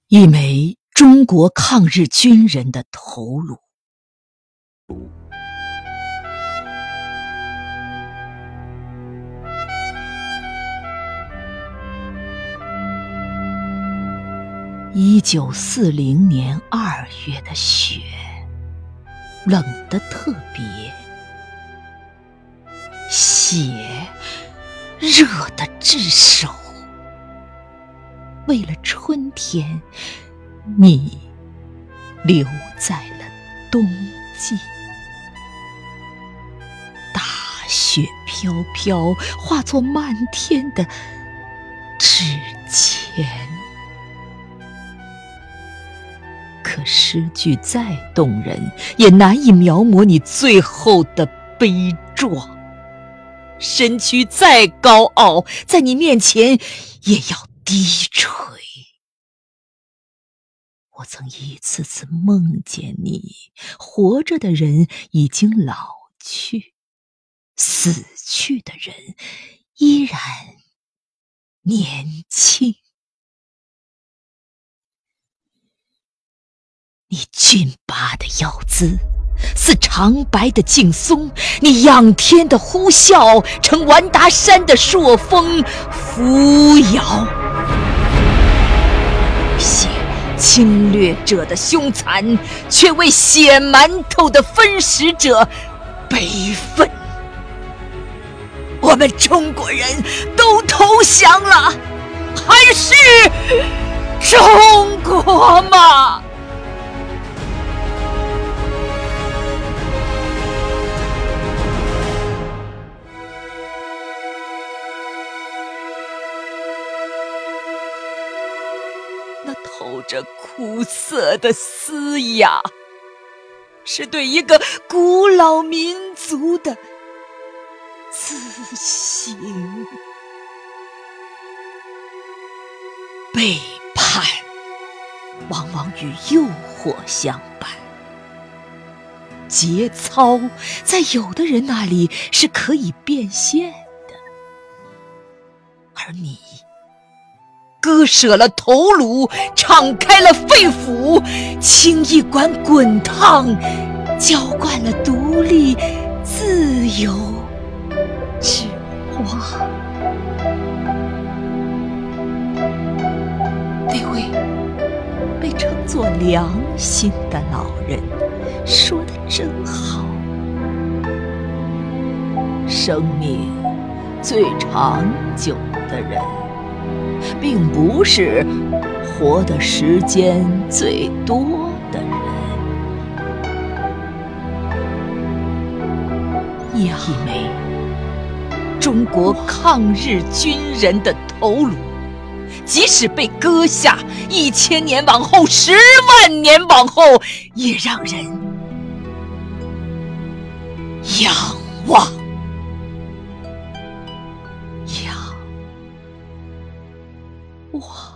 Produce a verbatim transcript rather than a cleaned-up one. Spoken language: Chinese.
一枚中国抗日军人的头颅。一九四零年二月的雪，冷得特别，血热得炙手。为了春天，你留在了冬季。大雪飘飘，化作漫天的纸钱。可诗句再动人，也难以描摹你最后的悲壮。身躯再高傲，在你面前也要低垂。我曾一次次梦见你，活着的人已经老去，死去的人依然年轻。你俊拔的腰姿似长白的劲松，你仰天的呼啸呈完达山的朔风扶摇。有些侵略者的凶残，却为血馒头的分食者悲愤。我们中国人都投降了，还是中国吗？那透着苦涩的嘶哑，是对一个古老民族的自省。背叛往往与诱惑相伴，节操在有的人那里是可以变现的，而你割舍了头颅，敞开了肺腑，轻易管滚烫，浇灌了独立自由之花。那位被称作良心的老人说得真好，生命最长久的人并不是活的时间最多的人。一枚中国抗日军人的头颅，即使被割下，一千年往后，十万年往后，也让人仰望。仰望。